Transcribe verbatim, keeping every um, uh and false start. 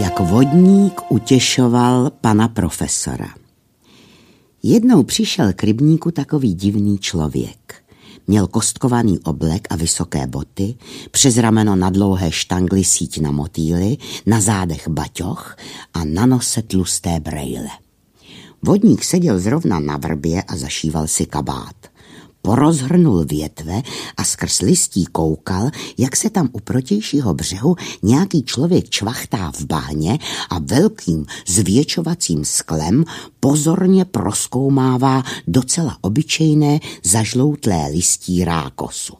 jak vodník utěšoval pana profesora. Jednou přišel k rybníku takový divný člověk. Měl kostkovaný oblek a vysoké boty, přes rameno na dlouhé štangly síť na motýly, na zádech baťoch a na nose tlusté brejle. Vodník seděl zrovna na vrbě a zašíval si kabát. Porozhrnul větve a skrz listí koukal, jak se tam u protějšího břehu nějaký člověk čvachtá v bahně a velkým zvětšovacím sklem pozorně prozkoumává docela obyčejné zažloutlé listí rákosu.